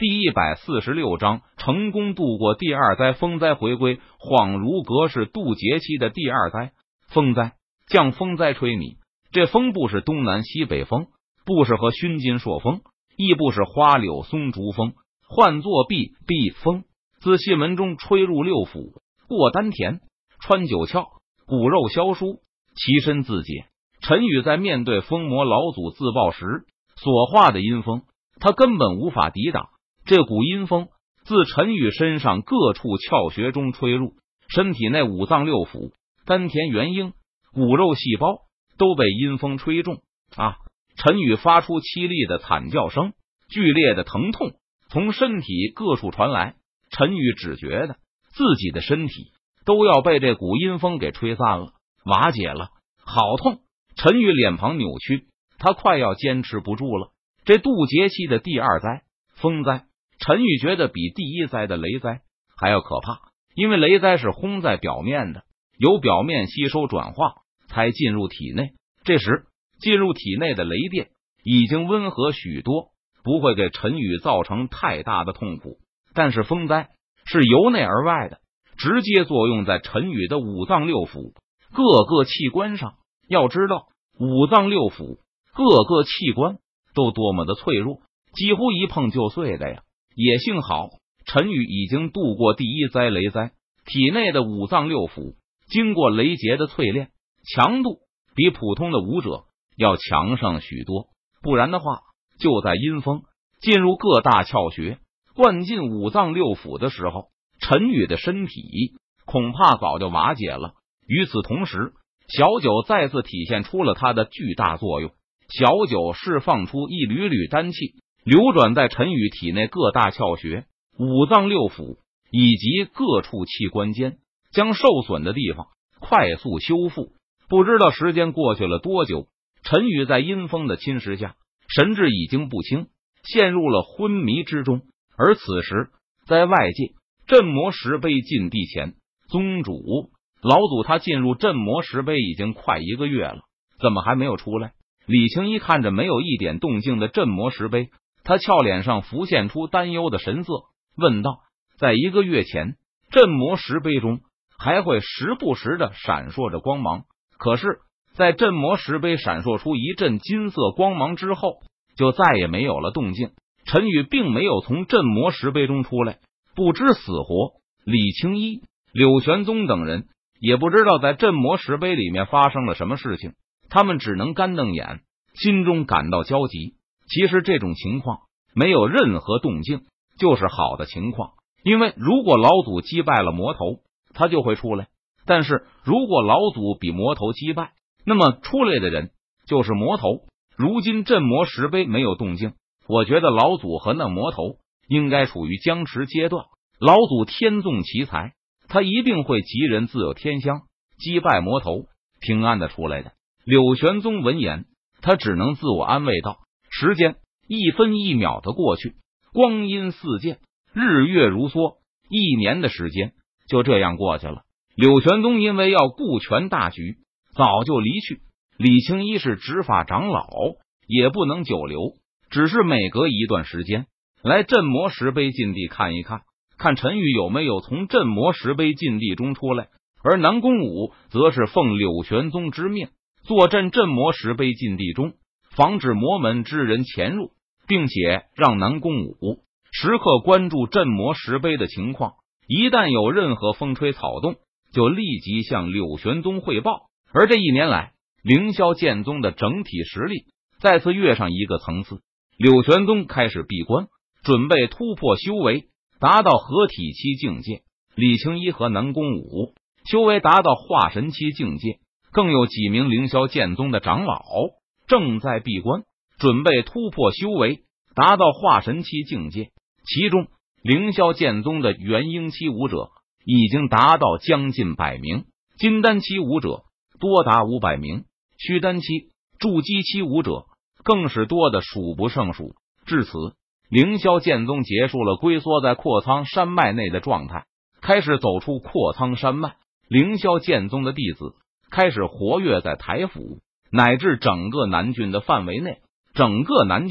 第146章成功度过第二灾，风灾回归，恍如隔世。渡劫期的第二灾，风灾。降风灾吹米，这风不是东南西北风，不是和熏金朔风，亦不是花柳松竹风，唤作避风，自囟门中吹入六腑，过丹田，穿九窍，骨肉消疏，其身自解。陈宇在面对疯魔老祖自爆时所化的阴风，他根本无法抵挡。这股阴风自陈宇身上各处窍穴中吹入，身体内五脏六腑、丹田元婴、骨肉细胞都被阴风吹中啊！陈宇发出凄厉的惨叫声，剧烈的疼痛从身体各处传来。陈宇只觉得自己的身体都要被这股阴风给吹散了，瓦解了，好痛！陈宇脸庞扭曲，他快要坚持不住了。这渡劫期的第二灾，风灾，陈宇觉得比第一灾的雷灾还要可怕，因为雷灾是轰在表面的，由表面吸收转化才进入体内，这时进入体内的雷电已经温和许多，不会给陈宇造成太大的痛苦。但是风灾是由内而外的，直接作用在陈宇的五脏六腑各个器官上。要知道五脏六腑各个器官都多么的脆弱，几乎一碰就碎的呀。也幸好陈宇已经度过第一灾雷灾，体内的五脏六腑经过雷劫的淬炼，强度比普通的武者要强上许多。不然的话，就在阴风进入各大窍穴，灌进五脏六腑的时候，陈宇的身体恐怕早就瓦解了。与此同时，小九再次体现出了它的巨大作用。小九释放出一缕缕丹气，流转在陈宇体内各大窍穴、五脏六腑以及各处器官间，将受损的地方快速修复。不知道时间过去了多久，陈宇在阴风的侵蚀下，神志已经不清，陷入了昏迷之中。而此时，在外界镇魔石碑禁地前，宗主老祖他进入镇魔石碑已经快1个月了，怎么还没有出来？李青一看着没有一点动静的镇魔石碑，他俏脸上浮现出担忧的神色，问道：在1个月前，镇魔石碑中还会时不时的闪烁着光芒，可是在镇魔石碑闪烁出一阵金色光芒之后，就再也没有了动静。陈宇并没有从镇魔石碑中出来，不知死活。李青一、柳玄宗等人也不知道在镇魔石碑里面发生了什么事情，他们只能干瞪眼，心中感到焦急。其实这种情况没有任何动静就是好的情况，因为如果老祖击败了魔头，他就会出来，但是如果老祖比魔头击败，那么出来的人就是魔头。如今镇魔石碑没有动静，我觉得老祖和那魔头应该处于僵持阶段。老祖天纵奇才，他一定会吉人自有天相，击败魔头，平安的出来的。柳玄宗闻言，他只能自我安慰道：时间1分1秒的过去，光阴似箭，日月如梭，1年的时间就这样过去了。柳玄宗因为要顾全大局，早就离去。李青一是执法长老，也不能久留，只是每隔一段时间来镇魔石碑禁地看一看，看陈宇有没有从镇魔石碑禁地中出来。而南宫武则是奉柳玄宗之命，坐镇镇魔石碑禁地中，防止魔门之人潜入，并且让南宫武时刻关注镇魔石碑的情况，一旦有任何风吹草动，就立即向柳玄宗汇报。而这1年来，凌霄剑宗的整体实力再次跃上一个层次。柳玄宗开始闭关，准备突破修为，达到合体期境界。李青一和南宫武修为达到化神期境界，更有几名凌霄剑宗的长老正在闭关，准备突破修为，达到化神期境界。其中凌霄剑宗的元婴期武者已经达到将近100名，金丹期武者多达500名，虚丹期、筑基期武者更是多的数不胜数。至此，凌霄剑宗结束了龟缩在阔苍山脉内的状态，开始走出阔苍山脉。凌霄剑宗的弟子开始活跃在台府乃至整个南郡的范围内。整个南郡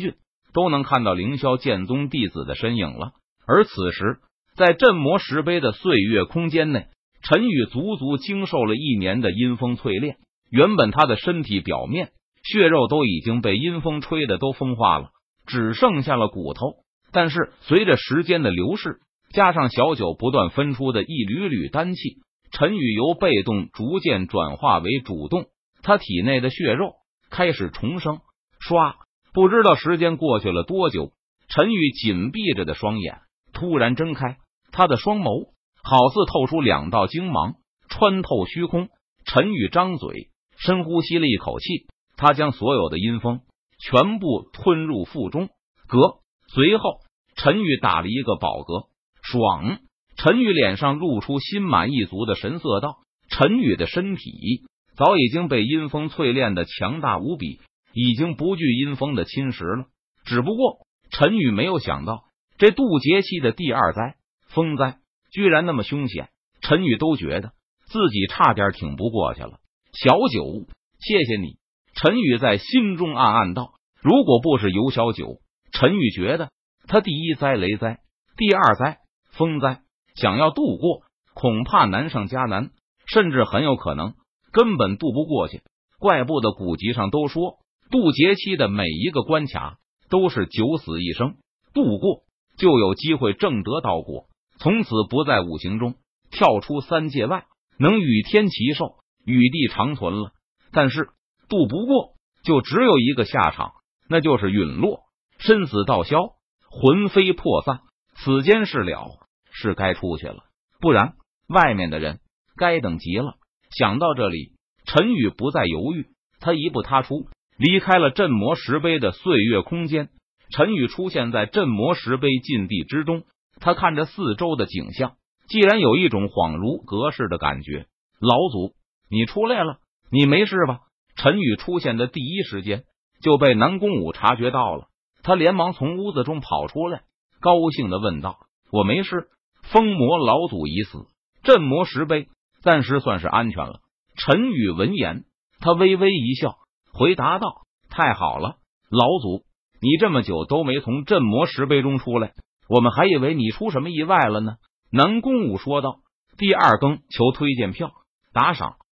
都能看到凌霄剑宗弟子的身影了。而此时，在镇魔石碑的岁月空间内，陈宇足足经受了1年的阴风淬炼。原本他的身体表面血肉都已经被阴风吹的都风化了，只剩下了骨头。但是随着时间的流逝，加上小九不断分出的一缕缕丹气，陈宇由被动逐渐转化为主动，他体内的血肉开始重生。唰，不知道时间过去了多久，陈宇紧闭着的双眼突然睁开，他的双眸好似透出2道精芒，穿透虚空。陈宇张嘴深呼吸了一口气，他将所有的阴风全部吞入腹中。随后陈宇打了一个饱嗝，爽！陈宇脸上露出心满意足的神色道：陈宇的身体早已经被阴风淬炼的强大无比，已经不惧阴风的侵蚀了。只不过陈宇没有想到，这渡劫期的第2灾风灾居然那么凶险，陈宇都觉得自己差点挺不过去了。小九，谢谢你。陈宇在心中暗暗道，如果不是有小九，陈宇觉得他第1灾雷灾，第2灾风灾想要渡过，恐怕难上加难，甚至很有可能根本渡不过去。怪不得古籍上都说，渡劫期的每一个关卡都是九死一生，渡过就有机会正得道果，从此不在5行中，跳出3界外，能与天齐寿，与地长存了。但是渡不过就只有一个下场，那就是陨落，身死道消，魂飞魄散。此间事了，是该出去了，不然外面的人该等急了。想到这里，陈宇不再犹豫，他一步踏出，离开了镇魔石碑的岁月空间。陈宇出现在镇魔石碑禁地之中，他看着四周的景象，既然有一种恍如隔世的感觉。老祖，你出来了，你没事吧？陈宇出现的第一时间就被南宫武察觉到了，他连忙从屋子中跑出来，高兴的问道：我没事，疯魔老祖已死，镇魔石碑暂时算是安全了。陈宇闻言，他微微一笑，回答道：太好了，老祖，你这么久都没从镇魔石碑中出来，我们还以为你出什么意外了呢。南宫武说道：第2更求推荐票打赏